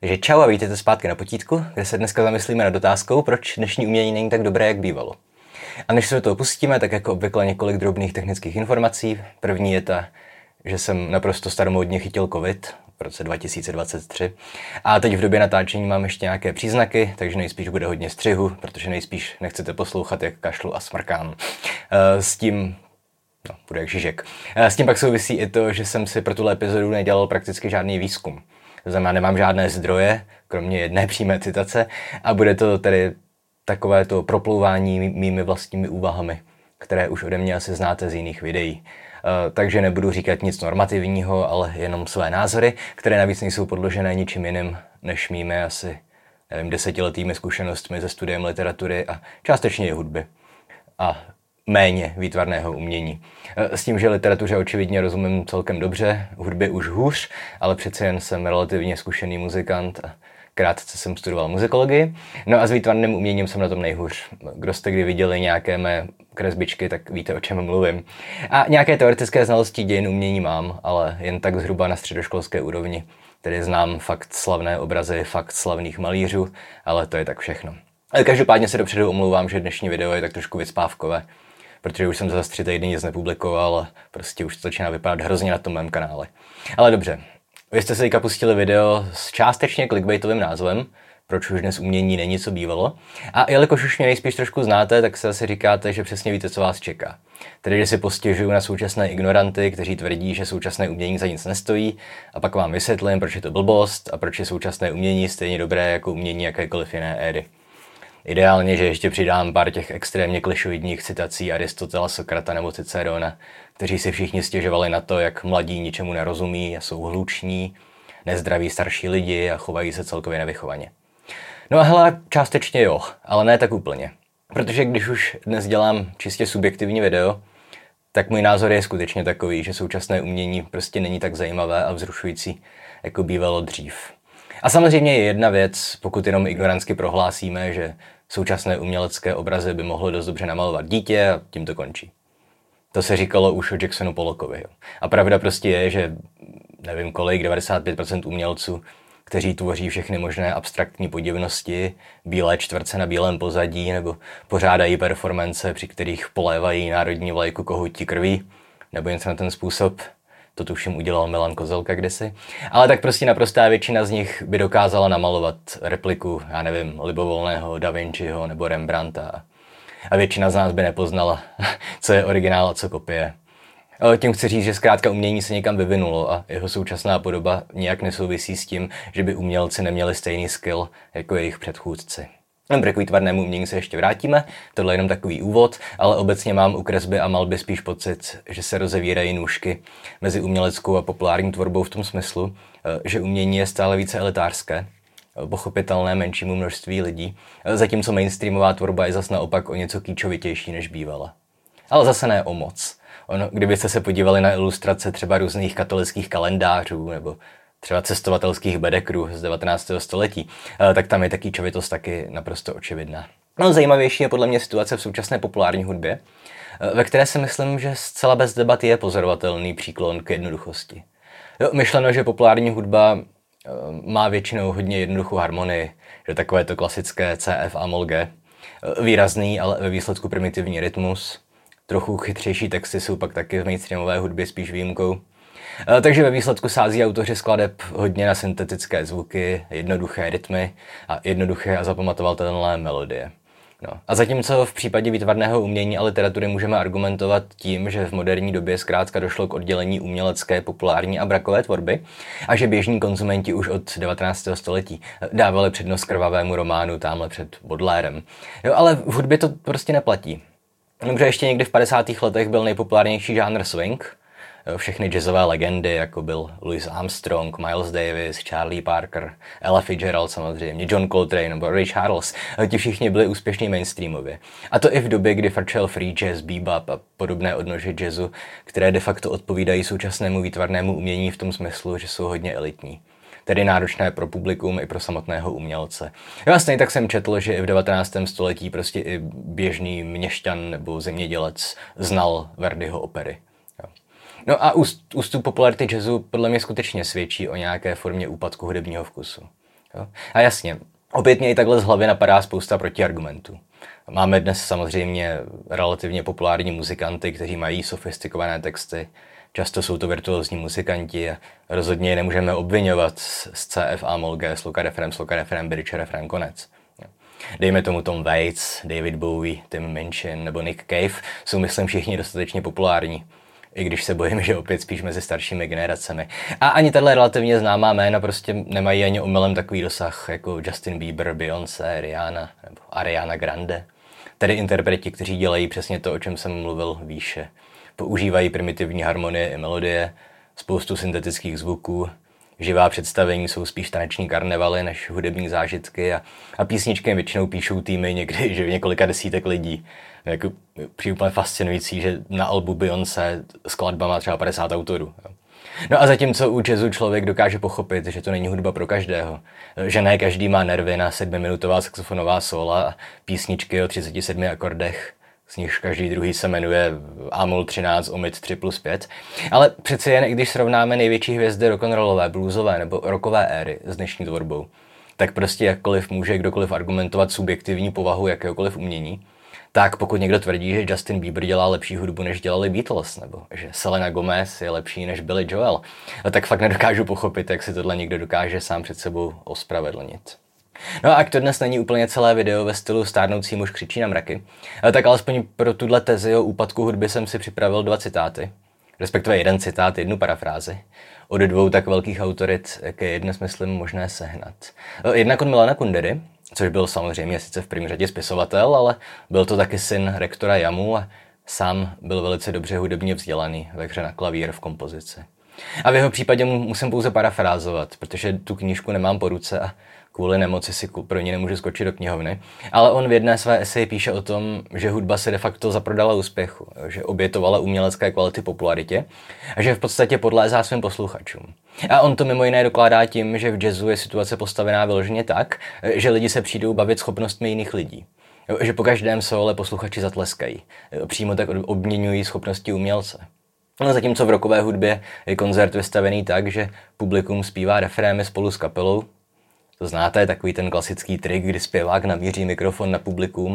Takže čau a vítejte zpátky na potítku, kde se dneska zamyslíme nad otázkou, proč dnešní umění není tak dobré, jak bývalo. A než se do toho pustíme, tak jako obvykle několik drobných technických informací. První je ta, že jsem naprosto staromódně chytil covid v roce 2023. A teď v době natáčení mám ještě nějaké příznaky, takže nejspíš bude hodně střihu, protože nejspíš nechcete poslouchat, jak kašlu a smrkám. S tím bude jak žižek. S tím pak souvisí i to, že jsem si pro tuhle epizodu nedělal prakticky žádný výzkum. To znamená, nemám žádné zdroje, kromě jedné přímé citace, a bude to tedy takové to proplouvání mými vlastními úvahami, které už ode mě asi znáte z jiných videí. Takže nebudu říkat nic normativního, ale jenom své názory, které navíc nejsou podložené ničím jiným než mými asi, desetiletými zkušenostmi ze studiem literatury a částečně i hudby. A méně výtvarného umění. S tím, že literatuře očividně rozumím celkem dobře, hudbě už hůř, ale přece jen jsem relativně zkušený muzikant a krátce jsem studoval muzikologii. No a s výtvarným uměním jsem na tom nejhůř. Kdo jste kdy viděli nějaké mé kresbičky, tak víte, o čem mluvím. A nějaké teoretické znalosti dějin umění mám, ale jen tak zhruba na středoškolské úrovni. Tedy znám fakt slavné obrazy, fakt slavných malířů, ale to je tak všechno. Ale každopádně se dopředu omlouvám, že dnešní video je tak trošku vycpávkové, protože už jsem to za 3 týdny nic nepublikoval a prostě už to začíná vypadat hrozně na tom mém kanále. Ale dobře, vy jste se teďka pustili video s částečně clickbaitovým názvem, proč už dnes umění není, co bývalo. A jelikož už mě nejspíš trošku znáte, tak se asi říkáte, že přesně víte, co vás čeká. Tedy, že si postěžuju na současné ignoranty, kteří tvrdí, že současné umění za nic nestojí, a pak vám vysvětlím, proč je to blbost a proč je současné umění stejně dobré jako umění jakékoliv jiné éry. Ideálně, že ještě přidám pár těch extrémně klišoidních citací Aristotela, Sokrata nebo Cicerona, kteří si všichni stěžovali na to, jak mladí ničemu nerozumí a jsou hluční, nezdraví starší lidi a chovají se celkově nevychovaně. No a hele, částečně jo, ale ne tak úplně. Protože když už dnes dělám čistě subjektivní video, tak můj názor je skutečně takový, že současné umění prostě není tak zajímavé a vzrušující, jako bývalo dřív. A samozřejmě je jedna věc, pokud jenom ignorantsky prohlásíme, že současné umělecké obrazy by mohlo dost dobře namalovat dítě a tím to končí. To se říkalo už o Jacksonu Pollockovi. A pravda prostě je, že nevím kolik, 95% umělců, kteří tvoří všechny možné abstraktní podivnosti, bílé čtverce na bílém pozadí nebo pořádají performance, při kterých polévají národní vlajku kohoutí krví, nebo něco na ten způsob. To tuším udělal Milan Kozelka kdysi. Ale tak prostě naprostá většina z nich by dokázala namalovat repliku, já nevím, libovolného Da Vinciho nebo Rembrandta. A většina z nás by nepoznala, co je originál a co kopie. Ale tím chci říct, že zkrátka umění se někam vyvinulo a jeho současná podoba nijak nesouvisí s tím, že by umělci neměli stejný skill jako jejich předchůdci. K výtvarnému umění se ještě vrátíme, tohle je jenom takový úvod, ale obecně mám u kresby a malby spíš pocit, že se rozevírají nůžky mezi uměleckou a populární tvorbou v tom smyslu, že umění je stále více elitářské, pochopitelné menšímu množství lidí, zatímco mainstreamová tvorba je zas naopak o něco kýčovitější než bývala. Ale zase ne o moc. Kdybyste se podívali na ilustrace třeba různých katolických kalendářů nebo třeba cestovatelských bedekrů z 19. století, tak tam je ta kýčovitost taky naprosto očividná. No, zajímavější je podle mě situace v současné populární hudbě, ve které si myslím, že zcela bez debat je pozorovatelný příklon k jednoduchosti. Myšleno, že populární hudba má většinou hodně jednoduchou harmonii, že takové to klasické CF a Moll G, výrazný, ale ve výsledku primitivní rytmus, trochu chytřejší texty jsou pak taky v mainstreamové hudbě spíš výjimkou. Takže ve výsledku sází autoři skladeb hodně na syntetické zvuky, jednoduché rytmy a jednoduché a zapamatovatelné melodie. No. A zatímco v případě výtvarného umění a literatury můžeme argumentovat tím, že v moderní době zkrátka došlo k oddělení umělecké, populární a brakové tvorby a že běžní konzumenti už od 19. století dávali přednost krvavému románu tamhle před Baudelaireem. Jo, ale v hudbě to prostě neplatí. Dobře, ještě někdy v 50. letech byl nejpopulárnější žánr swing. Všechny jazzové legendy, jako byl Louis Armstrong, Miles Davis, Charlie Parker, Ella Fitzgerald samozřejmě, John Coltrane nebo Ray Charles, ti všichni byli úspěšní mainstreamově. A to i v době, kdy frčel free jazz, bebop a podobné odnože jazzu, které de facto odpovídají současnému výtvarnému umění v tom smyslu, že jsou hodně elitní. Tedy náročné pro publikum i pro samotného umělce. Vlastně tak jsem četl, že i v 19. století prostě i běžný měšťan nebo zemědělec znal Verdiho opery. No a ústup popularity jazzu podle mě skutečně svědčí o nějaké formě úpadku hudebního vkusu. Jo? A jasně, opět mě i takhle z hlavy napadá spousta protiargumentů. Máme dnes samozřejmě relativně populární muzikanty, kteří mají sofistikované texty. Často jsou to virtuózní muzikanti a rozhodně je nemůžeme obvinovat z CF a mol G, sloka refrém, bridge, refrém, konec. Dejme tomu Tom Waits, David Bowie, Tim Minchin nebo Nick Cave jsou, myslím, všichni dostatečně populární. I když se bojím, že opět spíš mezi staršími generacemi. A ani tahle relativně známá jména prostě nemají ani omylem takový dosah jako Justin Bieber, Beyoncé, Rihanna nebo Ariana Grande. Tedy interpreti, kteří dělají přesně to, o čem jsem mluvil výše. Používají primitivní harmonie i melodie, spoustu syntetických zvuků, živá představení jsou spíš taneční karnevaly než hudební zážitky a písničky většinou píšou týmy někdy, že několika desítek lidí. Jako přijde úplně fascinující, že na albu Beyoncé skladba má třeba 50 autorů. No a zatímco u jazzu člověk dokáže pochopit, že to není hudba pro každého, že ne každý má nervy na 7minutová saxofonová sóla a písničky o 37 akordech, z nichž každý druhý se jmenuje Amol 13, Omid 3+5, ale přeci jen, i když srovnáme největší hvězdy rock'n'rollové, bluesové nebo rockové éry s dnešní tvorbou, tak prostě jakkoliv může kdokoliv argumentovat subjektivní povahu jakéhokoliv umění, tak pokud někdo tvrdí, že Justin Bieber dělá lepší hudbu, než dělali Beatles, nebo že Selena Gomez je lepší než Billy Joel, tak fakt nedokážu pochopit, jak si tohle někdo dokáže sám před sebou ospravedlnit. No a ať to dnes není úplně celé video ve stylu stárnoucí muž křičí na mraky, tak alespoň pro tuhle tezi o úpadku hudby jsem si připravil 2 citáty, respektive 1 citát, 1 parafrázi, od 2 tak velkých autorit, jaké je dnes, myslím, možné sehnat. Jednak od Milana Kundery, což byl samozřejmě sice v první řadě spisovatel, ale byl to taky syn rektora JAMu a sám byl velice dobře hudebně vzdělaný ve hře na klavír v kompozici. A v jeho případě musím pouze parafrázovat, protože tu knížku nemám po ruce a kvůli nemoci si pro ní nemůžu skočit do knihovny. Ale on v jedné své eseji píše o tom, že hudba se de facto zaprodala úspěchu, že obětovala umělecké kvality popularitě a že v podstatě podlézá svým posluchačům. A on to mimo jiné dokládá tím, že v jazzu je situace postavená vyloženě tak, že lidi se přijdou bavit schopnostmi jiných lidí. Že po každém sóle posluchači zatleskají. Přímo tak obměňují schopnosti umělce. No, zatímco v rockové hudbě je koncert vystavený tak, že publikum zpívá refrémy spolu s kapelou. To znáte, takový ten klasický trik, kdy zpěvák namíří mikrofon na publikum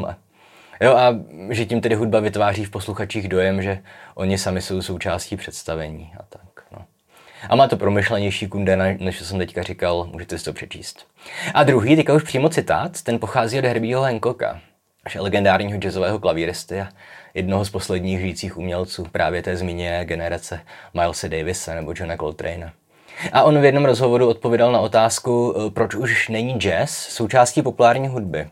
a že tím tedy hudba vytváří v posluchačích dojem, že oni sami jsou součástí představení a tak. No. A má to promyšlenější Kundera, než jsem teďka říkal, můžete si to přečíst. A druhý, teďka už přímo citát, ten pochází od Herbieho Hancocka, legendárního jazzového klavíristy a jednoho z posledních žijících umělců právě té zmíněné generace Milese Davise nebo Johna Coltrane. A on v jednom rozhovoru odpověděl na otázku, proč už není jazz součástí populární hudby.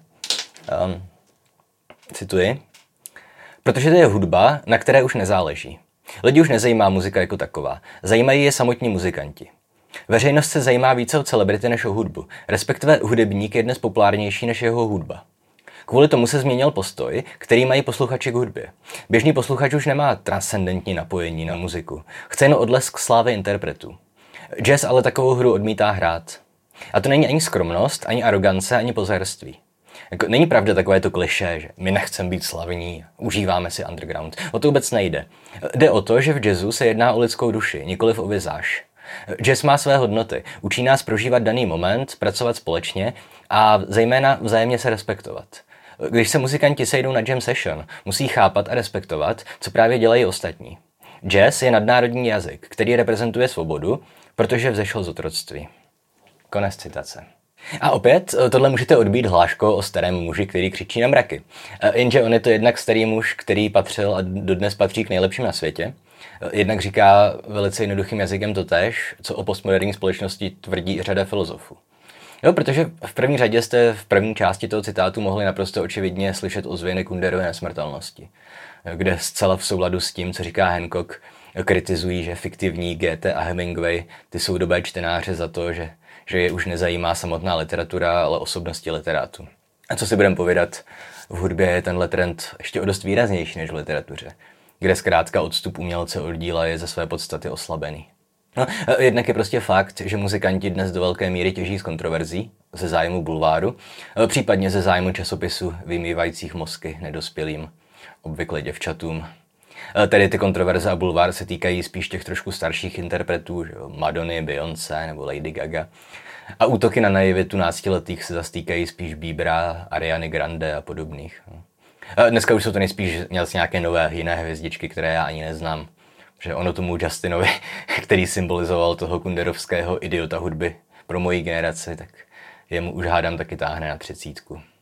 Cituji. Protože to je hudba, na které už nezáleží. Lidi už nezajímá muzika jako taková. Zajímají je samotní muzikanti. Veřejnost se zajímá více o celebrity než o hudbu. Respektive hudebník je dnes populárnější než jeho hudba. Kvůli tomu se změnil postoj, který mají posluchači k hudbě. Běžný posluchač už nemá transcendentní napojení na muziku. Chce jen odlesk slávy interpretů. Jazz ale takovou hru odmítá hrát. A to není ani skromnost, ani arogance, ani pozerství. Není pravda takové to klišé, že my nechceme být slavní, užíváme si underground. O to vůbec nejde. Jde o to, že v jazzu se jedná o lidskou duši, nikoliv o vizáž. Jazz má své hodnoty, učí nás prožívat daný moment, pracovat společně a zejména vzájemně se respektovat. Když se muzikanti sejdou na jam session, musí chápat a respektovat, co právě dělají ostatní. Jazz je nadnárodní jazyk, který reprezentuje svobodu, protože vzešel z otroctví. Konec citace. A opět, tohle můžete odbít hláškou o starém muži, který křičí na mraky. Jenže on je to jednak starý muž, který patřil a dodnes patří k nejlepším na světě. Jednak říká velice jednoduchým jazykem totéž, co o postmoderní společnosti tvrdí i řada filozofů. Jo, protože v první řadě jste v první části toho citátu mohli naprosto očividně slyšet ozvěny Kunderovy nesmrtelnosti, kde zcela v souladu s tím, co říká Hancock, kritizují, že fiktivní Goethe a Hemingway ty soudobé čtenáře za to, že je už nezajímá samotná literatura, ale osobnosti literátů. A co si budeme povídat, v hudbě je tenhle trend ještě o dost výraznější než v literatuře, kde zkrátka odstup umělce od díla je ze své podstaty oslabený. No, jednak je prostě fakt, že muzikanti dnes do velké míry těží z kontroverzí, ze zájmu bulváru, případně ze zájmu časopisu vymývajících mozky nedospělým, obvykle děvčatům. Tedy ty kontroverze a bulvár se týkají spíš těch trošku starších interpretů, že Madony, Beyoncé nebo Lady Gaga. A útoky na naivitu náctiletých se zastýkají spíš Biebera, Ariany Grande a podobných. A dneska už jsou to nejspíš nějaké nové jiné hvězdičky, které já ani neznám. Že ono tomu Justinovi, který symbolizoval toho kunderovského idiota hudby pro moji generaci, tak jemu už hádám taky táhne na 30.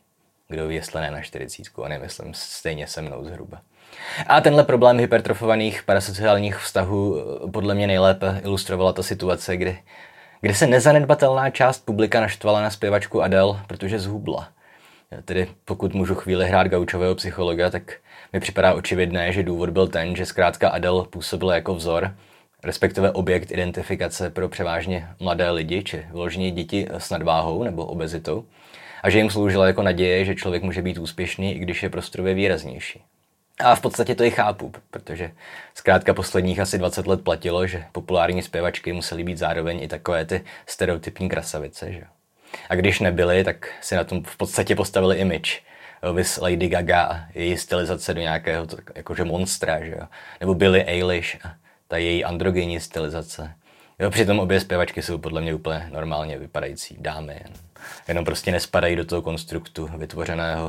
Kdo ví, jestli ne na 40, a nemyslím stejně se mnou zhruba. A tenhle problém hypertrofovaných parasociálních vztahů podle mě nejlépe ilustrovala ta situace, kdy se nezanedbatelná část publika naštvala na zpěvačku Adele, protože zhubla. Tedy pokud můžu chvíli hrát gaučového psychologa, tak mi připadá očividné, že důvod byl ten, že zkrátka Adele působila jako vzor, respektive objekt identifikace pro převážně mladé lidi, či vyloženě děti s nadváhou nebo obezitou, a že jim sloužila jako naděje, že člověk může být úspěšný, i když je prostorově výraznější. A v podstatě to i chápu, protože zkrátka posledních asi 20 let platilo, že populární zpěvačky musely být zároveň i takové ty stereotypní krasavice, že? A když nebyly, tak si na tom v podstatě postavili image. Vys Lady Gaga a její stylizace do nějakého jakože monstra, že jo? Nebo Billie Eilish a ta její androgenní stylizace. Jo, přitom obě zpěvačky jsou podle mě úplně normálně vypadající dámy. Jenom prostě nespadají do toho konstruktu vytvořeného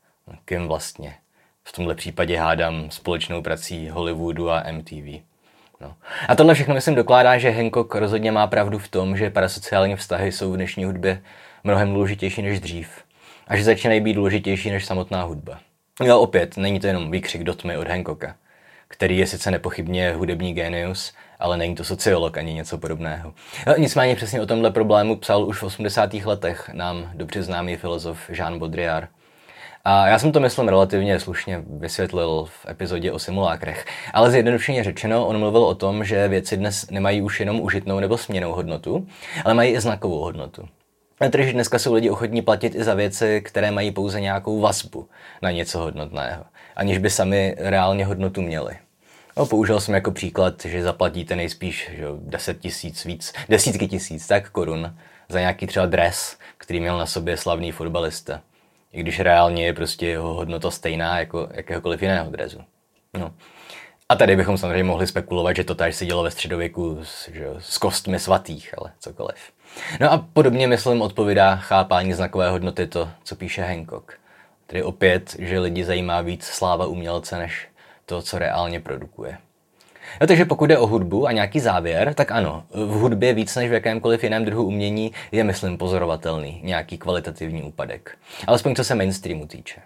kým vlastně. V tomhle případě hádám společnou prací Hollywoodu a MTV. No. A tohle všechno myslím dokládá, že Hancock rozhodně má pravdu v tom, že parasociální vztahy jsou v dnešní hudbě mnohem důležitější než dřív. A že začínají být důležitější než samotná hudba. Jo, opět, není to jenom výkřik do tmy od Hancocka, který je sice nepochybně hudební génius, ale není to sociolog ani něco podobného. No, nicméně přesně o tomhle problému psal už v 80. letech nám dobře známý filozof Jean Baudrillard. A já jsem to, myslím, relativně slušně vysvětlil v epizodě o simulákrech. Ale zjednodušeně řečeno, on mluvil o tom, že věci dnes nemají už jenom užitnou nebo směnnou hodnotu, ale mají i znakovou hodnotu. A tedy, že dneska jsou lidi ochotní platit i za věci, které mají pouze nějakou vazbu na něco hodnotného, aniž by sami reálně hodnotu měli. No, použil jsem jako příklad, že zaplatíte nejspíš 10 000 víc, desítky tisíc tak korun za nějaký třeba dres, který měl na sobě slavný fotbalista. I když reálně je prostě jeho hodnota stejná jako jakéhokoliv jiného dresu. No. A tady bychom samozřejmě mohli spekulovat, že to táž se dělo ve středověku s kostmi svatých, ale cokoliv. No a podobně, myslím, odpovídá chápání znakové hodnoty to, co píše Hancock. Tedy opět, že lidi zajímá víc sláva umělce, než to, co reálně produkuje. No, takže pokud jde o hudbu a nějaký závěr, tak ano, v hudbě víc než v jakémkoliv jiném druhu umění je, myslím, pozorovatelný nějaký kvalitativní úpadek. Alespoň co se mainstreamu týče.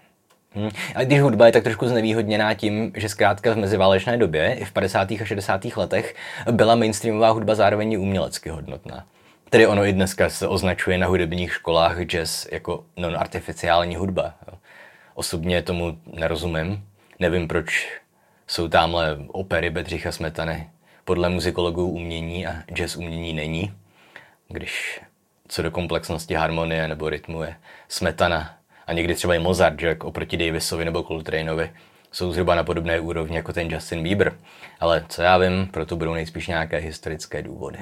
A když hudba je tak trošku znevýhodněná tím, že zkrátka v meziválečné době, i v 50. a 60. letech, byla mainstreamová hudba zároveň i umělecky hodnotná. Tedy ono i dneska se označuje na hudebních školách jazz jako non-artificiální hudba. Osobně tomu nerozumím. Nevím, proč jsou tamhle opery Bedřicha Smetany podle muzikologů umění a jazz umění není. Když co do komplexnosti harmonie nebo rytmu je Smetana a někdy třeba i Mozart, že oproti Davisovi nebo Coltraneovi jsou zhruba na podobné úrovni jako ten Justin Bieber. Ale co já vím, proto budou nejspíš nějaké historické důvody.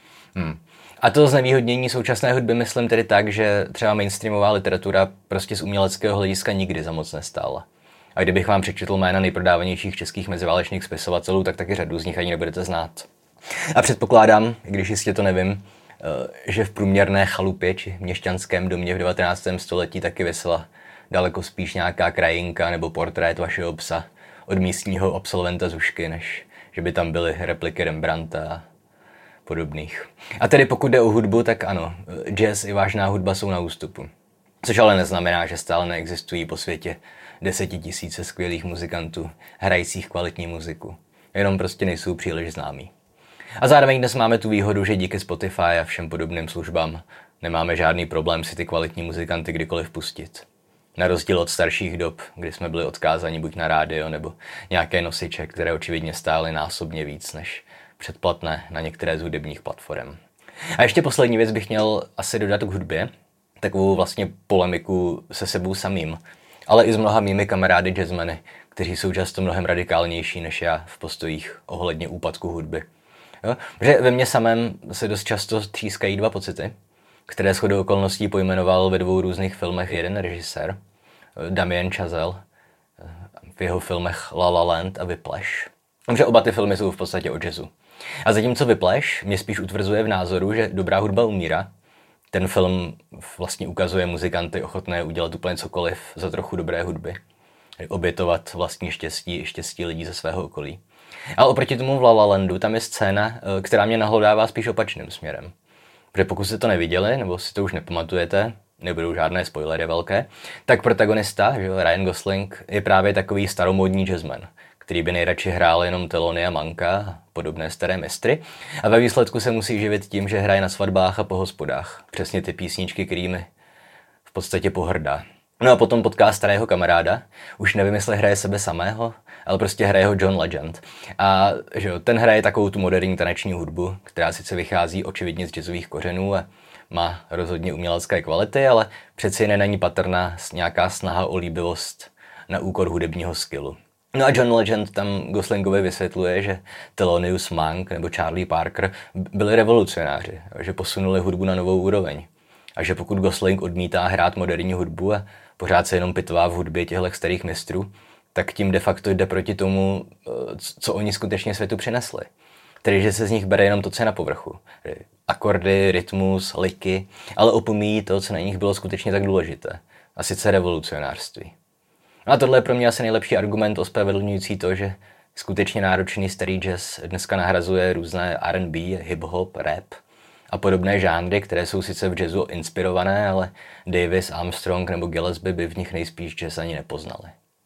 A to znevýhodnění současné hudby myslím tedy tak, že třeba mainstreamová literatura prostě z uměleckého hlediska nikdy za moc nestála. A kdybych vám přečetl jména nejprodávanějších českých meziválečných spisovatelů, tak taky řadu z nich ani nebudete znát. A předpokládám, i když jistě to nevím, že v průměrné chalupě či měšťanském domě v 19. století taky visela daleko spíš nějaká krajinka nebo portrét vašeho psa od místního absolventa Zušky, než že by tam byly repliky Rembrandta a podobných. A tedy pokud jde o hudbu, tak ano, jazz i vážná hudba jsou na ústupu. Což ale neznamená, že stále neexistují po světě 10 000 skvělých muzikantů, hrajících kvalitní muziku. Jenom prostě nejsou příliš známí. A zároveň dnes máme tu výhodu, že díky Spotify a všem podobným službám nemáme žádný problém si ty kvalitní muzikanty kdykoliv pustit. Na rozdíl od starších dob, kdy jsme byli odkázáni buď na rádio nebo nějaké nosiče, které očividně stály násobně víc než předplatné na některé z hudebních platform. A ještě poslední věc bych měl asi dodat k hudbě, takovou vlastně polemiku se sebou samým, ale i s mnoha mými kamarády jazzmeny, kteří jsou často mnohem radikálnější než já v postojích ohledně úpadku hudby. Jo? Že ve mně samém se dost často třískají dva pocity, které shodou okolností pojmenoval ve 2 různých filmech jeden režisér, Damien Chazelle, v jeho filmech La La Land a Whiplash. Že oba ty filmy jsou v podstatě o jazzu. A zatímco Whiplash mě spíš utvrzuje v názoru, že dobrá hudba umírá, Ten film vlastně ukazuje muzikanty ochotné udělat úplně cokoliv za trochu dobré hudby. Obětovat vlastní štěstí i štěstí lidí ze svého okolí. Ale oproti tomu v La La Landu tam je scéna, která mě nahlodává spíš opačným směrem. Protože pokud jste to neviděli, nebo si to už nepamatujete, nebudou žádné spoilery velké, tak protagonista, že Ryan Gosling, je právě takový staromódní jazzman, který by nejradši hrál jenom Theloniousa Monka a podobné staré mistry. A ve výsledku se musí živit tím, že hraje na svatbách a po hospodách. Přesně ty písničky, kterými v podstatě pohrdá. No a potom potká starého kamaráda, už nevím, jestli hraje sebe samého, ale prostě hraje ho John Legend. A že jo, ten hraje takovou tu moderní taneční hudbu, která sice vychází očividně z jazzových kořenů a má rozhodně umělecké kvality, ale přeci jen na ní patrná nějaká snaha o líbivost na úkor hudebního skillu. No a John Legend tam Goslingovi vysvětluje, že Thelonious Monk nebo Charlie Parker byli revolucionáři, že posunuli hudbu na novou úroveň. A že pokud Gosling odmítá hrát moderní hudbu a pořád se jenom pitvá v hudbě těchto starých mistrů, tak tím de facto jde proti tomu, co oni skutečně světu přinesli. Tedy, že se z nich bere jenom to, co je na povrchu. Akordy, rytmus, liky, ale opomíjí to, co na nich bylo skutečně tak důležité. A sice revolucionářství. No a tohle je pro mě asi nejlepší argument ospravedlňující to, že skutečně náročný starý jazz dneska nahrazuje různé R&B, hip-hop, rap a podobné žánry, které jsou sice v jazzu inspirované, ale Davis, Armstrong nebo Gillespie by v nich nejspíš jazz ani nepoznali.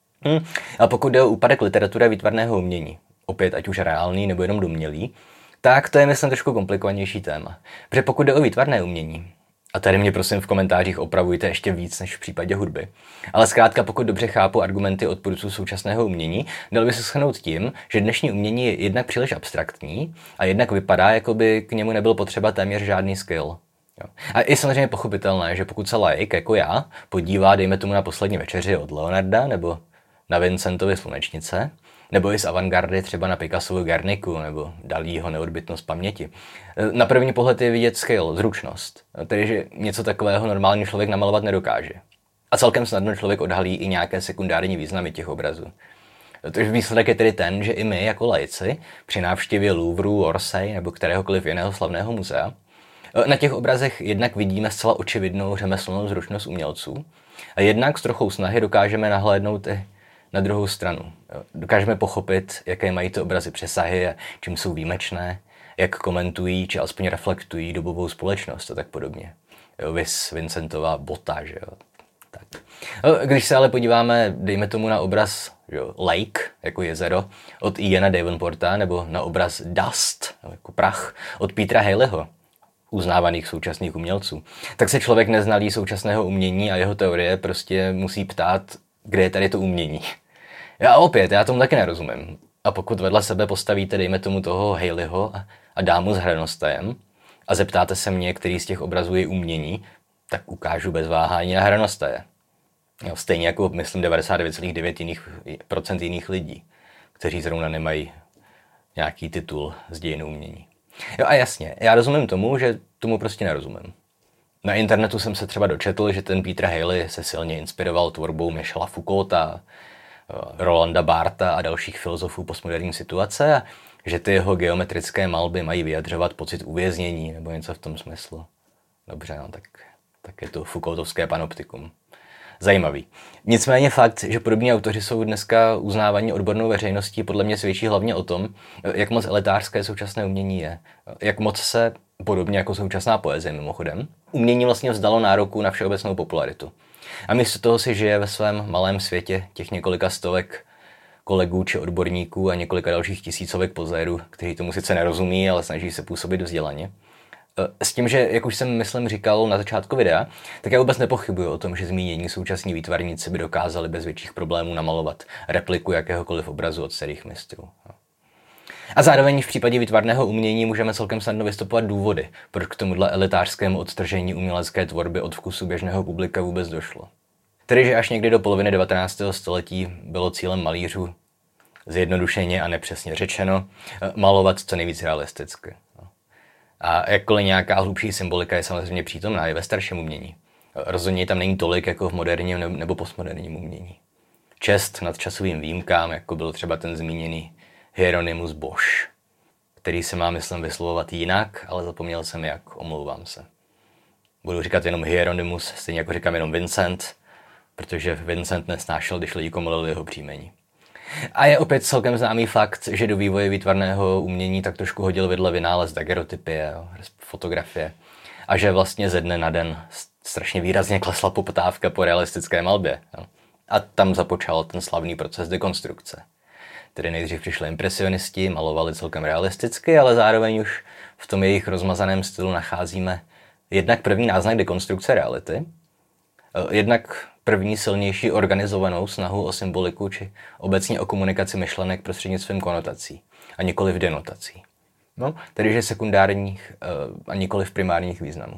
A pokud jde o úpadek literatury a výtvarného umění, opět ať už reálný nebo jenom domnělý, tak to je myslím trošku komplikovanější téma. Protože pokud jde o výtvarné umění, a tady mě prosím v komentářích opravujte ještě víc než v případě hudby, ale zkrátka pokud dobře chápu argumenty odpůrců současného umění, dal by se shrnout tím, že dnešní umění je jednak příliš abstraktní a jednak vypadá, jako by k němu nebyl potřeba téměř žádný skill. Jo. A je samozřejmě pochopitelné, že pokud se laik, jako já, podívá, dejme tomu na Poslední večeři od Leonarda nebo na Vincentovy Slunečnice, nebo i z avantgardy třeba na Picassovu Guerniku nebo Dalího Neodbytnost paměti. Na první pohled je vidět skill, zručnost, tedy že něco takového normální člověk namalovat nedokáže. A celkem snadno člověk odhalí i nějaké sekundární významy těch obrazů. Takže výsledek je tedy ten, že i my jako laici při návštěvě Louvru, Orsay nebo kteréhokoliv jiného slavného muzea na těch obrazech jednak vidíme zcela očividnou řemeslnou zručnost umělců a jednak s trochou snahy dokážeme nahlédnout i na druhou stranu. Dokážeme pochopit, jaké mají ty obrazy přesahy a čím jsou výjimečné, jak komentují, či alespoň reflektují dobovou společnost a tak podobně. Vis Vincentova bota, že jo. Tak. Když se ale podíváme, dejme tomu na obraz Lake, jako jezero, od Iana Davenporta, nebo na obraz Dust, jako prach, od Petera Haleyho, uznávaných současných umělců, tak se člověk neznalý současného umění a jeho teorie prostě musí ptát, kde je tady to umění. Já tomu taky nerozumím. A pokud vedle sebe postavíte, dejme tomu toho Haleyho a dámu s hranostajem a zeptáte se mě, který z těch obrazů je umění, tak ukážu bez váhání na hranostaje. Stejně jako, myslím, 99,9% jiných lidí, kteří zrovna nemají nějaký titul z dějin umění. Jo a jasně, já rozumím tomu, že tomu prostě nerozumím. Na internetu jsem se třeba dočetl, že ten Peter Haley se silně inspiroval tvorbou Michela Foucaulta, Rolanda Bartha a dalších filozofů postmoderní situace a že ty jeho geometrické malby mají vyjadřovat pocit uvěznění nebo něco v tom smyslu. Dobře, no, tak je to Foucaultovské panoptikum. Zajímavý. Nicméně fakt, že podobní autoři jsou dneska uznávaní odbornou veřejností, podle mě svědčí hlavně o tom, jak moc elitářské současné umění je. Jak moc se, podobně jako současná poezie mimochodem, umění vlastně vzdalo nároku na všeobecnou popularitu. A místo toho si žije ve svém malém světě těch několika stovek kolegů či odborníků a několika dalších tisícovek pozérů, kteří tomu sice nerozumí, ale snaží se působit vzdělaně. S tím, že, jak už jsem myslím říkal na začátku videa, tak já vůbec nepochybuju o tom, že zmínění současní výtvarníci by dokázali bez větších problémů namalovat repliku jakéhokoliv obrazu od starých mistrů. A zároveň v případě výtvarného umění můžeme celkem snadno vystupovat důvody, proč k tomuhle elitářskému odtržení umělecké tvorby od vkusu běžného publika vůbec došlo. Tedy, že až někdy do poloviny 19. století bylo cílem malířů, zjednodušeně a nepřesně řečeno, malovat co nejvíc realisticky. A jakkoliv nějaká hlubší symbolika je samozřejmě přítomná i ve starším umění. Rozhodně tam není tolik jako v moderním nebo postmoderním umění. Čest nad časovým výjimkám, jako byl třeba ten zmíněný Hieronymus Bosch, který se má, myslím, vyslovovat jinak, ale zapomněl jsem jak, omlouvám se. Budu říkat jenom Hieronymus, stejně jako říkám jenom Vincent, protože Vincent nesnášel, když lidi komolili jeho příjmení. A je opět celkem známý fakt, že do vývoje výtvarného umění tak trošku hodil vidle vynález daguerreotypie, fotografie. A že vlastně ze dne na den strašně výrazně klesla poptávka po realistické malbě. Jo. A tam započal ten slavný proces dekonstrukce. Tedy nejdřív přišli impresionisti, malovali celkem realisticky, ale zároveň už v tom jejich rozmazaném stylu nacházíme jednak první náznak dekonstrukce reality, jednak první silnější organizovanou snahu o symboliku či obecně o komunikaci myšlenek prostřednictvím konotací a nikoliv denotací. No, tedy že sekundárních a nikoliv primárních významů.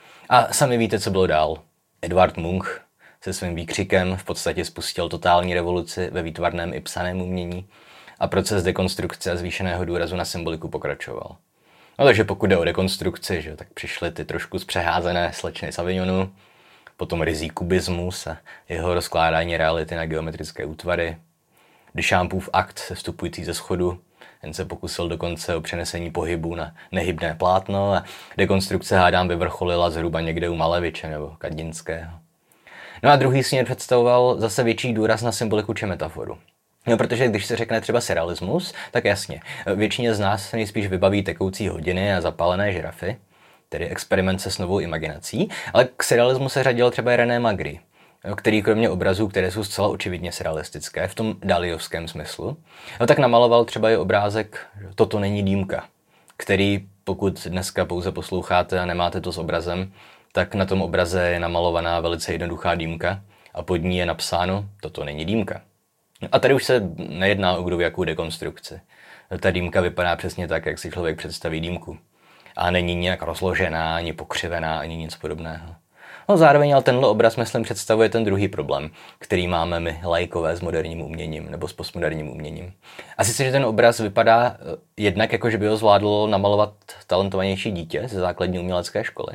A sami víte, co bylo dál. Edvard Munch se svým výkřikem v podstatě spustil totální revoluci ve výtvarném i psaném umění a proces dekonstrukce a zvýšeného důrazu na symboliku pokračoval. No takže pokud jde o dekonstrukci, že, tak přišly ty trošku zpřeházené slečny z Avignonu, potom rizí kubismus a jeho rozkládání reality na geometrické útvary, Duchampův akt sestupující ze schodu, ten se pokusil dokonce o přenesení pohybu na nehybné plátno a dekonstrukce hádám vyvrcholila zhruba někde u Maleviče nebo Kandinského. No a druhý směr představoval zase větší důraz na symboliku či metaforu. No, protože když se řekne třeba surrealismus, tak jasně, většině z nás se nejspíš vybaví tekoucí hodiny a zapálené žirafy, tedy experiment se s novou imaginací, ale k surrealismu se řadil třeba René Magritte, který kromě obrazů, které jsou zcela očividně surrealistické, v tom daliovském smyslu, no tak namaloval třeba i obrázek Toto není dýmka, který, pokud dneska pouze posloucháte a nemáte to s obrazem, tak na tom obraze je namalovaná velice jednoduchá dýmka a pod ní je napsáno Toto není dýmka. A tady už se nejedná o kdovějakou dekonstrukci. Ta dýmka vypadá přesně tak, jak si člověk představí dýmku. A není nějak rozložená, ani pokřivená, ani nic podobného. No zároveň ale tenhle obraz, myslím, představuje ten druhý problém, který máme my laikové s moderním uměním nebo s postmoderním uměním. A sice, že ten obraz vypadá jednak jako, že by ho zvládlo namalovat talentovanější dítě ze základní umělecké školy.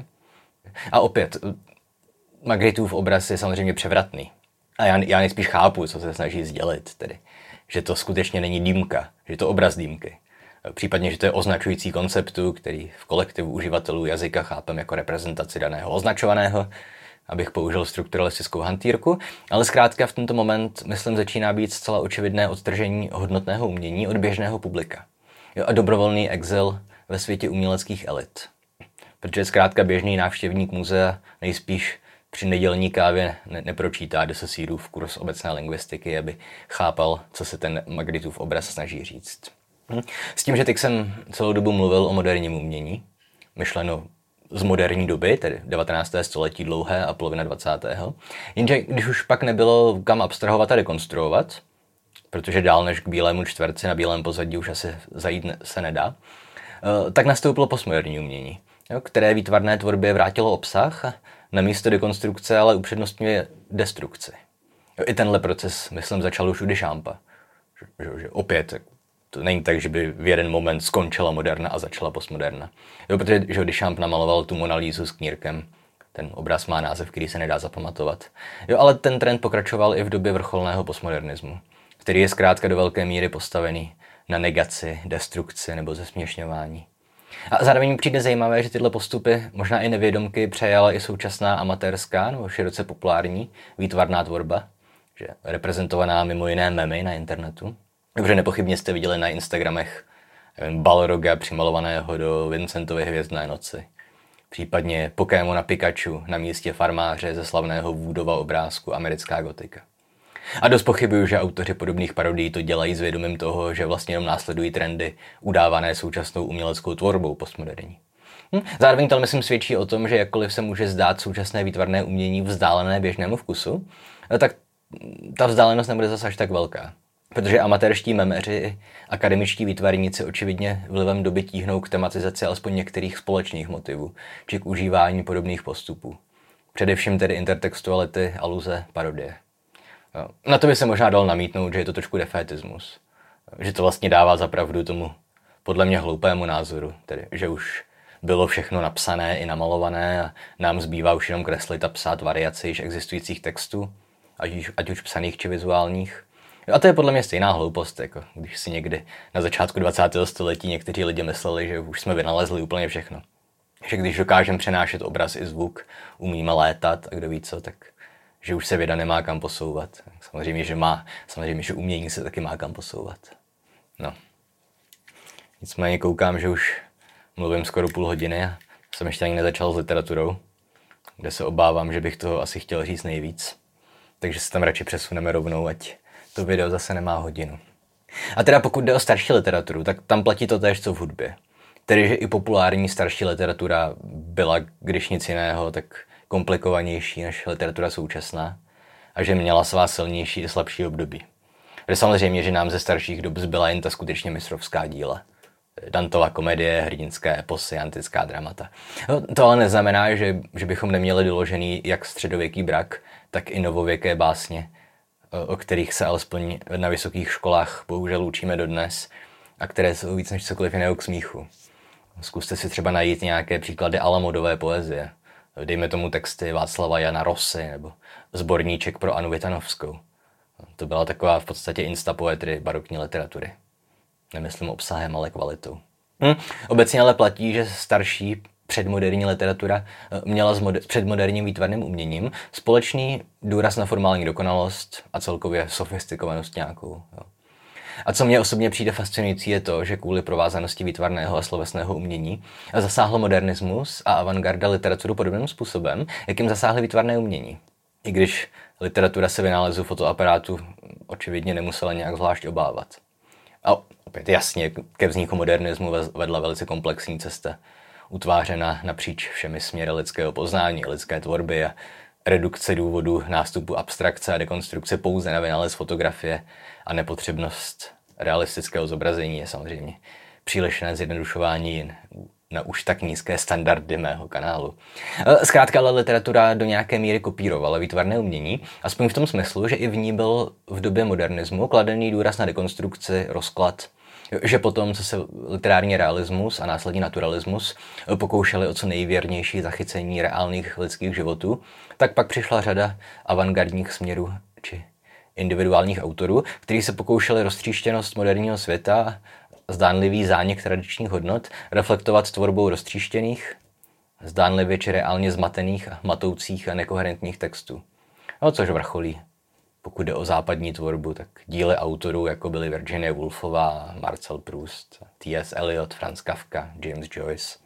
A opět, Magrittův obraz je samozřejmě převratný. A já nejspíš chápu, co se snaží sdělit, tedy, že to skutečně není dýmka, že to obraz dýmky. Případně, že to je označující konceptu, který v kolektivu uživatelů jazyka chápem jako reprezentaci daného označovaného, abych použil strukturalistickou hantýrku, ale zkrátka v tento moment, myslím, začíná být zcela očividné odtržení hodnotného umění od běžného publika. A dobrovolný exil ve světě uměleckých elit. Protože zkrátka běžný návštěvník muzea nejspíš při nedělní kávě nepročítá Dessessierův kurz obecné lingvistiky, aby chápal, co se ten Magrittův obraz snaží říct. S tím, že teď jsem celou dobu mluvil o moderním umění, myšleno z moderní doby, tedy 19. století dlouhé a polovina 20. Jenže když už pak nebylo kam abstrahovat a rekonstruovat, protože dál než k bílému čtverci na bílém pozadí už asi zajít se nedá, tak nastoupilo postmoderní umění, které výtvarné tvorbě vrátilo obsah a na místo dekonstrukce ale upřednostňuje destrukci. I tenhle proces, myslím, začal už u Duchampa. Že opět, to není tak, že by v jeden moment skončila moderna a začala postmoderna. Protože že Duchamp namaloval tu Mona Lísu s knírkem. Ten obraz má název, který se nedá zapamatovat. Ale ten trend pokračoval i v době vrcholného postmodernismu, který je zkrátka do velké míry postavený na negaci, destrukci nebo zesměšňování. A zároveň mi přijde zajímavé, že tyhle postupy, možná i nevědomky, přejala i současná amatérská nebo široce populární výtvarná tvorba, že reprezentovaná mimo jiné memy na internetu. Dobře, nepochybně jste viděli na Instagramech Balroga přimalovaného do Vincentovy Hvězdné noci. Případně Pokémona Pikachu na místě farmáře ze slavného Woodova obrázku Americká gotika. A dost pochybuju, že autoři podobných parodií to dělají s vědomím toho, že vlastně jenom následují trendy udávané současnou uměleckou tvorbou postmoderní. Zároveň to, myslím, svědčí o tom, že jakkoliv se může zdát současné výtvarné umění vzdálené běžnému vkusu, tak ta vzdálenost nebude zase až tak velká. Protože amatérští memeři, akademičtí výtvarníci očividně vlivem doby tíhnou k tematizaci alespoň některých společných motivů, či k užívání podobných postupů. Především tedy intertextuality, aluze, parodie. Na to by se možná dal namítnout, že je to trošku defétismus. Že to vlastně dává za pravdu tomu podle mě hloupému názoru, tedy že už bylo všechno napsané i namalované a nám zbývá už jenom kreslit a psát variaci již existujících textů, ať už psaných či vizuálních. A to je podle mě stejná hloupost, jako když si někdy na začátku 20. století někteří lidi mysleli, že už jsme vynalezli úplně všechno. že když dokážeme přenášet obraz i zvuk, umíme létat a kdo ví co, tak že už se věda nemá kam posouvat. Samozřejmě, že umění se taky má kam posouvat. No. Nicméně koukám, že už mluvím skoro půl hodiny a jsem ještě ani nezačal s literaturou, kde se obávám, že bych toho asi chtěl říct nejvíc. Takže se tam radši přesuneme rovnou, ať to video zase nemá hodinu. A teda pokud jde o starší literaturu, tak tam platí to též, co v hudbě. Tedy, že i populární starší literatura byla, když nic jiného, tak komplikovanější než literatura současná a že měla svá silnější i slabší období. Protože samozřejmě, že nám ze starších dob zbyla jen ta skutečně mistrovská díla. Dantova komedie, hrdinské eposy, antická dramata. No, to ale neznamená, že bychom neměli doložený jak středověký brak, tak i novověké básně, o kterých se alespoň na vysokých školách bohužel učíme dodnes a které jsou víc než cokoliv jiného k smíchu. Zkuste si třeba najít nějaké příklady alamodové poezie. Dejme tomu texty Václava Jana Rosy nebo sborníček pro Anu Vitanovskou. To byla taková v podstatě instapoetry barokní literatury. Nemyslím obsahem, ale kvalitou. Obecně ale platí, že starší předmoderní literatura měla s předmoderním výtvarným uměním společný důraz na formální dokonalost a celkově sofistikovanost nějakou. Jo. A co mně osobně přijde fascinující je to, že kvůli provázanosti výtvarného a slovesného umění zasáhl modernismus a avantgarda literaturu podobným způsobem, jakým zasáhly výtvarné umění. I když literatura se vynálezu fotoaparátu očividně nemusela nějak zvlášť obávat. A opět jasně, ke vzniku modernismu vedla velice komplexní cesta, utvářena napříč všemi směry lidského poznání, lidské tvorby a redukce důvodu nástupu abstrakce a dekonstrukce pouze na vynález fotografie a nepotřebnost realistického zobrazení je samozřejmě přílišné zjednodušování na už tak nízké standardy mého kanálu. Zkrátka ale literatura do nějaké míry kopírovala výtvarné umění, aspoň v tom smyslu, že i v ní byl v době modernismu kladený důraz na dekonstrukci, rozklad, že potom, co se literární realismus a následně naturalismus pokoušeli o co nejvěrnější zachycení reálných lidských životů, tak pak přišla řada avantgardních směrů či individuálních autorů, kteří se pokoušeli roztříštěnost moderního světa, zdánlivý zánik tradičních hodnot reflektovat tvorbou roztříštěných, zdánlivě či reálně zmatených, matoucích a nekoherentních textů. No, což vrcholí. Pokud jde o západní tvorbu, tak díly autorů, jako byly Virginia Woolfová, Marcel Proust, T.S. Eliot, Franz Kafka, James Joyce.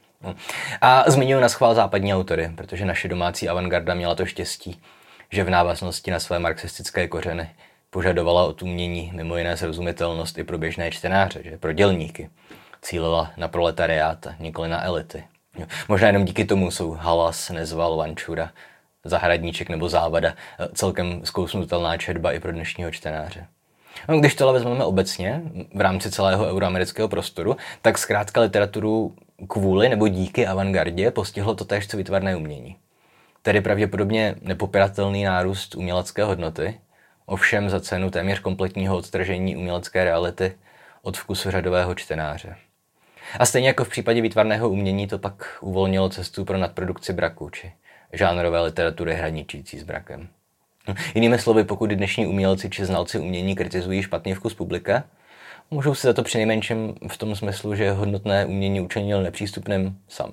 A zmiňuji naschvál západní autory, protože naše domácí avantgarda měla to štěstí, že v návaznosti na své marxistické kořeny požadovala od umění mimo jiné srozumitelnost i pro běžné čtenáře, že pro dělníky. Cílila na proletariát a nikoli na elity. Možná jenom díky tomu jsou Halas, Nezval, Vančura, Zahradníček nebo Závada celkem zkousnutelná četba i pro dnešního čtenáře. No, když tohle vezmeme obecně, v rámci celého euroamerického prostoru, tak zkrátka literaturu kvůli nebo díky avantgardě postihlo totéž co výtvarné umění. Tedy pravděpodobně nepopiratelný nárůst umělecké hodnoty, ovšem za cenu téměř kompletního odtržení umělecké reality od vkusu řadového čtenáře. A stejně jako v případě výtvarného umění to pak uvolnilo cestu pro nadprodukci braku, či žánrové literatury hraničící s brakem. Jinými slovy, pokud dnešní umělci či znalci umění kritizují špatný vkus publika, můžou si za to přinejmenším v tom smyslu, že hodnotné umění učinil nepřístupným sami.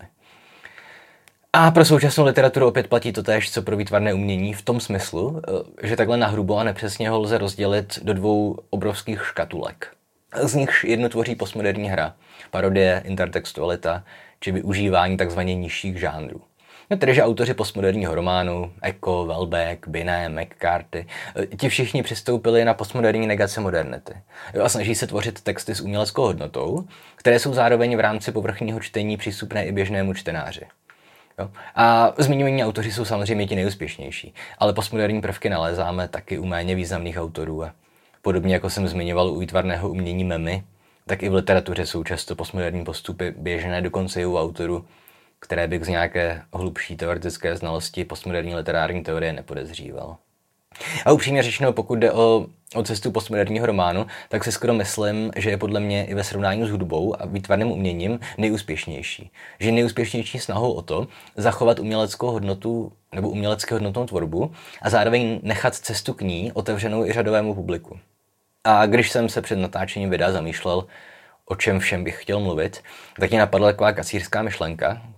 A pro současnou literaturu opět platí to též, co pro výtvarné umění v tom smyslu, že takhle nahrubo a nepřesně ho lze rozdělit do dvou obrovských škatulek. Z nichž jednu tvoří postmoderní hra, parodie, intertextualita či využívání tzv. Nižších žánrů. No, tedy, že autoři postmoderního románu, Eco, Welbeck, Binet, McCarthy, ti všichni přistoupili na postmoderní negace modernity. A snaží se tvořit texty s uměleckou hodnotou, které jsou zároveň v rámci povrchního čtení přístupné i běžnému čtenáři. Jo? A zmiňovaní autoři jsou samozřejmě ti nejúspěšnější, ale postmoderní prvky nalézáme taky u méně významných autorů. A podobně jako jsem zmiňoval u výtvarného umění memy, tak i v literatuře jsou často postmoderní postupy běžné dokonce i u autorů, které bych z nějaké hlubší teoretické znalosti postmoderní literární teorie nepodezříval. A upřímně řečeno, pokud jde o cestu postmoderního románu, tak si skoro myslím, že je podle mě i ve srovnání s hudbou a výtvarným uměním nejúspěšnější. Že je nejúspěšnější snahou o to zachovat uměleckou hodnotu nebo umělecky hodnotnou tvorbu a zároveň nechat cestu k ní otevřenou i řadovému publiku. A když jsem se před natáčením videa zamýšlel, o čem všem bych chtěl mluvit, tak mě napadla taková kacířská myšlenka,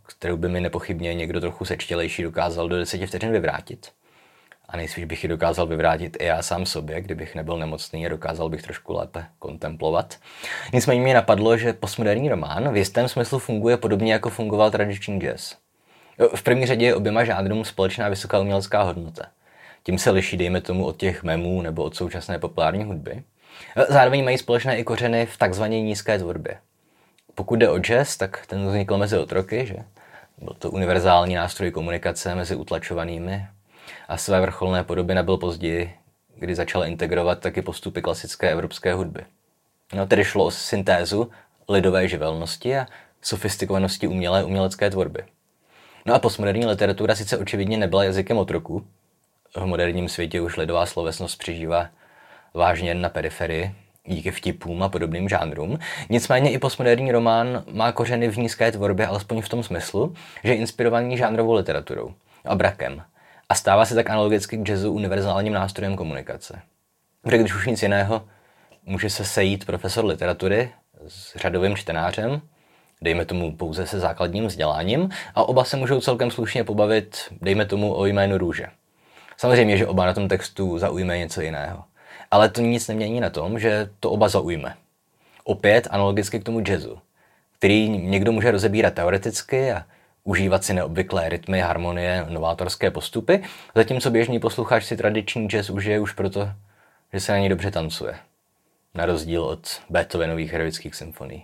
kterou by mi nepochybně někdo trochu sečtělejší dokázal do 10 vteřin vyvrátit. A nejspíš bych ji dokázal vyvrátit i já sám sobě, kdybych nebyl nemocný a dokázal bych trošku lépe kontemplovat. Nicméně mě napadlo, že postmoderní román v jistém smyslu funguje podobně, jako fungoval tradiční jazz. V první řadě je oběma žánrům společná vysoká umělecká hodnota. Tím se liší, dejme tomu, od těch memů nebo od současné populární hudby. Zároveň mají společné i kořeny v takzvané nízké tvorbě. Pokud jde o jazz, tak ten vznikl mezi otroky, že? Byl to univerzální nástroj komunikace mezi utlačovanými a své vrcholné podoby nabyl později, kdy začal integrovat taky postupy klasické evropské hudby. Tedy šlo o syntézu lidové živelnosti a sofistikovanosti umělecké tvorby. A postmoderní literatura sice očividně nebyla jazykem otroků. V moderním světě už lidová slovesnost přežívá vážně jen na periferii, díky vtipům a podobným žánrům. Nicméně i postmoderní román má kořeny v nízké tvorbě, alespoň v tom smyslu, že je inspirovaný žánrovou literaturou a brakem. A stává se tak analogicky k jazzu univerzálním nástrojem komunikace. Protože když už nic jiného, může se sejít profesor literatury s řadovým čtenářem, dejme tomu pouze se základním vzděláním, a oba se můžou celkem slušně pobavit, dejme tomu, o jménu růže. Samozřejmě, že oba na tom textu zaujme něco jiného. Ale to nic nemění na tom, že to oba zaujme. Opět analogicky k tomu jazzu, který někdo může rozebírat teoreticky a užívat si neobvyklé rytmy, harmonie, novátorské postupy, zatímco běžný posluchač si tradiční jazz užije už proto, že se na něj dobře tancuje. Na rozdíl od Beethovenových heroických symfonií.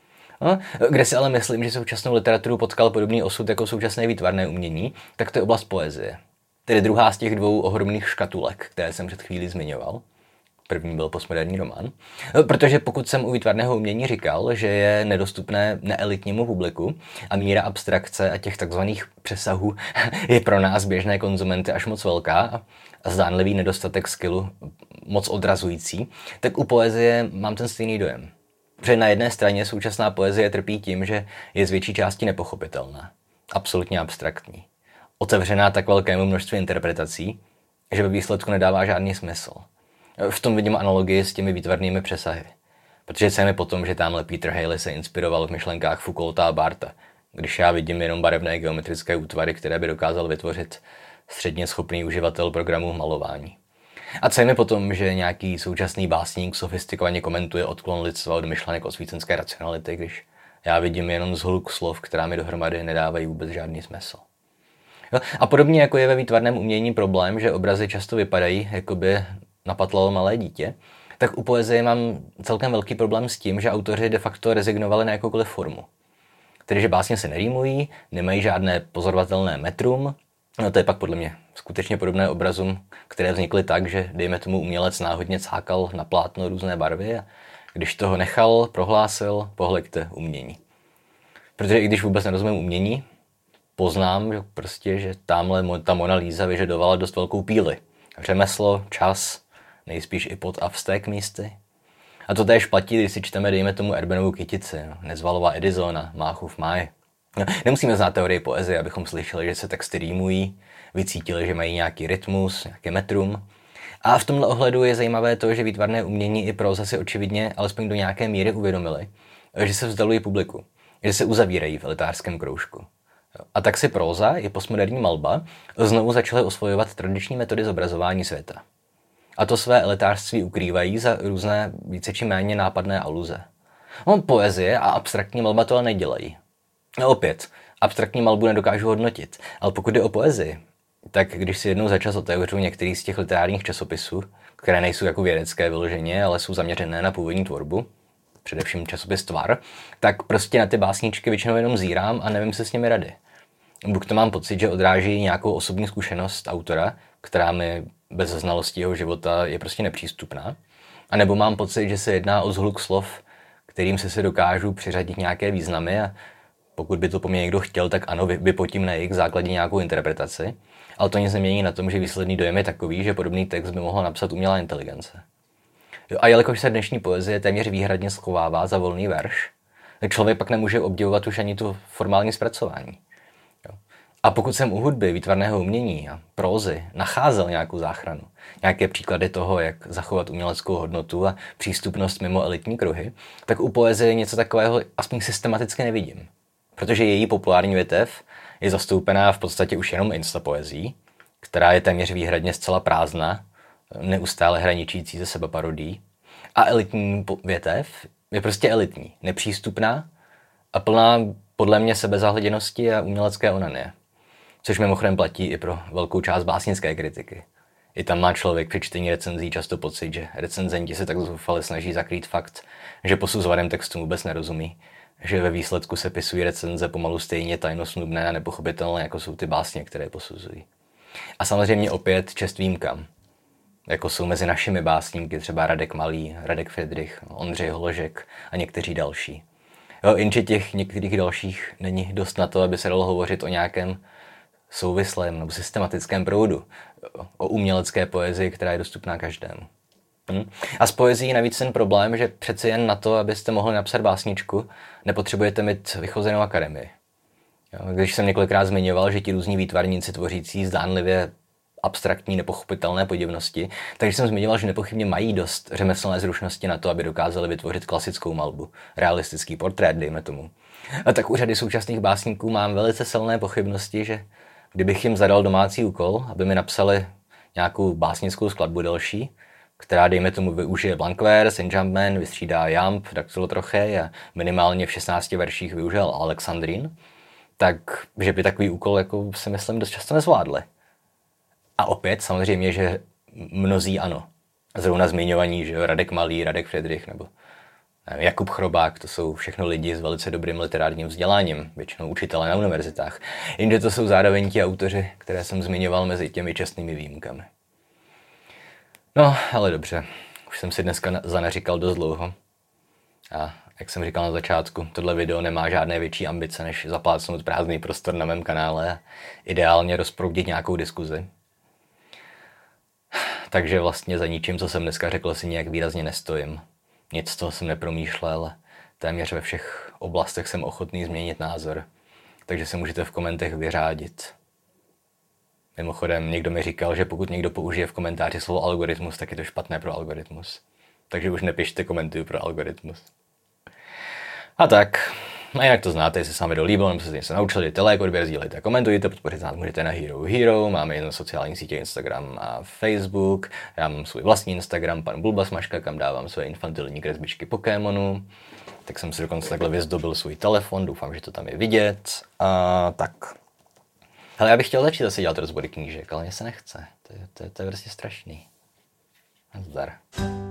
Kde si ale myslím, že současnou literaturu potkal podobný osud jako současné výtvarné umění, tak to je oblast poezie. Tedy druhá z těch dvou ohromných škatulek, které jsem před chvílí zmiňoval. První byl postmoderní román. Protože pokud jsem u výtvarného umění říkal, že je nedostupné neelitnímu publiku a míra abstrakce a těch takzvaných přesahů je pro nás běžné konzumenty až moc velká a zdánlivý nedostatek skillu moc odrazující, tak u poezie mám ten stejný dojem. Protože na jedné straně současná poezie trpí tím, že je z větší části nepochopitelná, absolutně abstraktní, otevřená tak velkému množství interpretací, že ve výsledku nedává žádný smysl. V tom vidím analogii s těmi výtvarnými přesahy. Protože se mi potom, že tamhle Peter Haley se inspiroval v myšlenkách Foucaulta a Bartha, když já vidím jenom barevné geometrické útvary, které by dokázal vytvořit středně schopný uživatel programu malování. A co je mi potom, že nějaký současný básník sofistikovaně komentuje odklon lidstva od myšlenek osvícenské racionality, když já vidím jenom zhluk slov, která mi dohromady nedávají vůbec žádný smysl. A podobně jako je ve výtvarném umění problém, že obrazy často vypadají, jako by napatlalo malé dítě, tak u poezie mám celkem velký problém s tím, že autoři de facto rezignovali na jakoukoliv formu. Tedy, že básně se nerýmují, nemají žádné pozorovatelné metrum. To je pak podle mě skutečně podobné obrazům, které vznikly tak, že dejme tomu umělec náhodně cákal na plátno různé barvy a když toho nechal, prohlásil, pohleďte umění. Protože i když vůbec nerozumím umění, poznám, že tamhle ta Mona Lisa vyžadovala dost velkou píli. Řemeslo, čas, nejspíš i pot a vztek místy. A to též platí, když si čteme, dejme tomu Erbenovu kytici, Nezvalová Edisona, Máchův máj. Nemusíme znát teorii poezie, abychom slyšeli, že se texty rýmují, vycítili, že mají nějaký rytmus, nějaký metrum. A v tomhle ohledu je zajímavé to, že výtvarné umění i próza si očividně, alespoň do nějaké míry uvědomili, že se vzdalují publiku, že se uzavírají v elitářském kroužku. A tak si próza i postmoderní malba znovu začaly osvojovat tradiční metody zobrazování světa. A to své elitářství ukrývají za různé více či méně nápadné aluze. Poezie a abstraktní malba to ale nedělají. Opět, abstraktní malbu nedokážu hodnotit, ale pokud jde o poezii, tak když si jednou za čas otevřu některý z těch literárních časopisů, které nejsou jako vědecké vyloženě, ale jsou zaměřené na původní tvorbu, především časopis Tvar, tak prostě na ty básničky většinou jenom zírám a nevím si s nimi rady. Buď to mám pocit, že odráží nějakou osobní zkušenost autora, která mi bez znalosti jeho života je prostě nepřístupná, anebo mám pocit, že se jedná o zhluk slov, kterým si dokážu přiřadit nějaké významy a pokud by to po mně někdo chtěl, tak ano, vypotím na jejich základě nějakou interpretaci, ale to nic nemění na tom, že výsledný dojem je takový, že podobný text by mohla napsat umělá inteligence. A jelikož se dnešní poezie téměř výhradně schovává za volný verš, tak člověk pak nemůže obdivovat už ani tu formální zpracování. A pokud jsem u hudby, výtvarného umění a prózy nacházel nějakou záchranu, nějaké příklady toho, jak zachovat uměleckou hodnotu a přístupnost mimo elitní kruhy, tak u poezie něco takového aspoň systematicky nevidím. protože její populární větev je zastoupená v podstatě už jenom instapoezí, která je téměř výhradně zcela prázdná, neustále hraničící ze sebe parodí. A elitní větev je prostě elitní, nepřístupná a plná podle mě sebezahleděnosti a umělecké onanie. Což mimochodem platí i pro velkou část básnické kritiky. I tam má člověk při čtení recenzí často pocit, že recenzenti se tak zoufale snaží zakrýt fakt, že posuzovaným textům vůbec nerozumí, že ve výsledku se pisují recenze pomalu stejně tajnosnubné a nepochopitelné, jako jsou ty básně, které posuzují. A samozřejmě opět čest výjimkám, jako jsou mezi našimi básníky třeba Radek Malý, Radek Friedrich, Ondřej Holožek a někteří další. Jenže těch některých dalších není dost na to, aby se dalo hovořit o nějakém souvislém nebo systematickém proudu, o umělecké poezii, která je dostupná každému. A s poezií navíc ten problém, že přeci jen na to, abyste mohli napsat básničku, nepotřebujete mít vychozenou akademii. Když jsem několikrát zmiňoval, že ti různí výtvarníci tvořící zdánlivě abstraktní, nepochopitelné podivnosti, takže jsem zmiňoval, že nepochybně mají dost řemeslné zručnosti na to, aby dokázali vytvořit klasickou malbu, realistický portrét, dejme tomu. A tak u řady současných básníků mám velice silné pochybnosti, že kdybych jim zadal domácí úkol, aby mi napsali nějakou básnickou skladbu delší, která, dejme tomu, využije Blankvers, Enjambment, vystřídá Jamb, Daktylotrochej a minimálně v 16 verších využil Alexandrín, tak že by takový úkol, jako si myslím, dost často nezvládli. A opět samozřejmě, že mnozí ano. Zrovna zmiňovaní, že Radek Malý, Radek Friedrich nebo Jakub Chrobák, to jsou všechno lidi s velice dobrým literárním vzděláním, většinou učitelé na univerzitách. Jenže to jsou zároveň ti autoři, které jsem zmiňoval mezi těmi čestnými výjimkami. No, ale dobře. Už jsem si dneska zanaříkal dost dlouho. A jak jsem říkal na začátku, tohle video nemá žádné větší ambice, než zaplácnout prázdný prostor na mém kanále a ideálně rozproudit nějakou diskuzi. Takže vlastně za ničím, co jsem dneska řekl, si nějak výrazně nestojím. Nic z toho jsem nepromýšlel, téměř ve všech oblastech jsem ochotný změnit názor. Takže se můžete v komentech vyřádit. Mimochodem, někdo mi říkal, že pokud někdo použije v komentáři slovo algoritmus, tak je to špatné pro algoritmus. Takže už nepište komentuju pro algoritmus. A tak, a jinak to znáte, jestli se vám video líbilo, nebo se něco naučili, dejte like, odběr, sdílejte, komentujte, podpořit nás můžete na Hero Hero, máme jedno sociální sítě Instagram a Facebook, já mám svůj vlastní Instagram, pan Bulbasmaška, kam dávám své infantilní kresbičky Pokémonů, tak jsem si dokonce takhle vyzdobil svůj telefon, doufám, že to tam je vidět, a tak. Hele, já bych chtěl začít zase dělat rozbory knížek, ale mně se nechce, to je prostě strašný. Nazdar.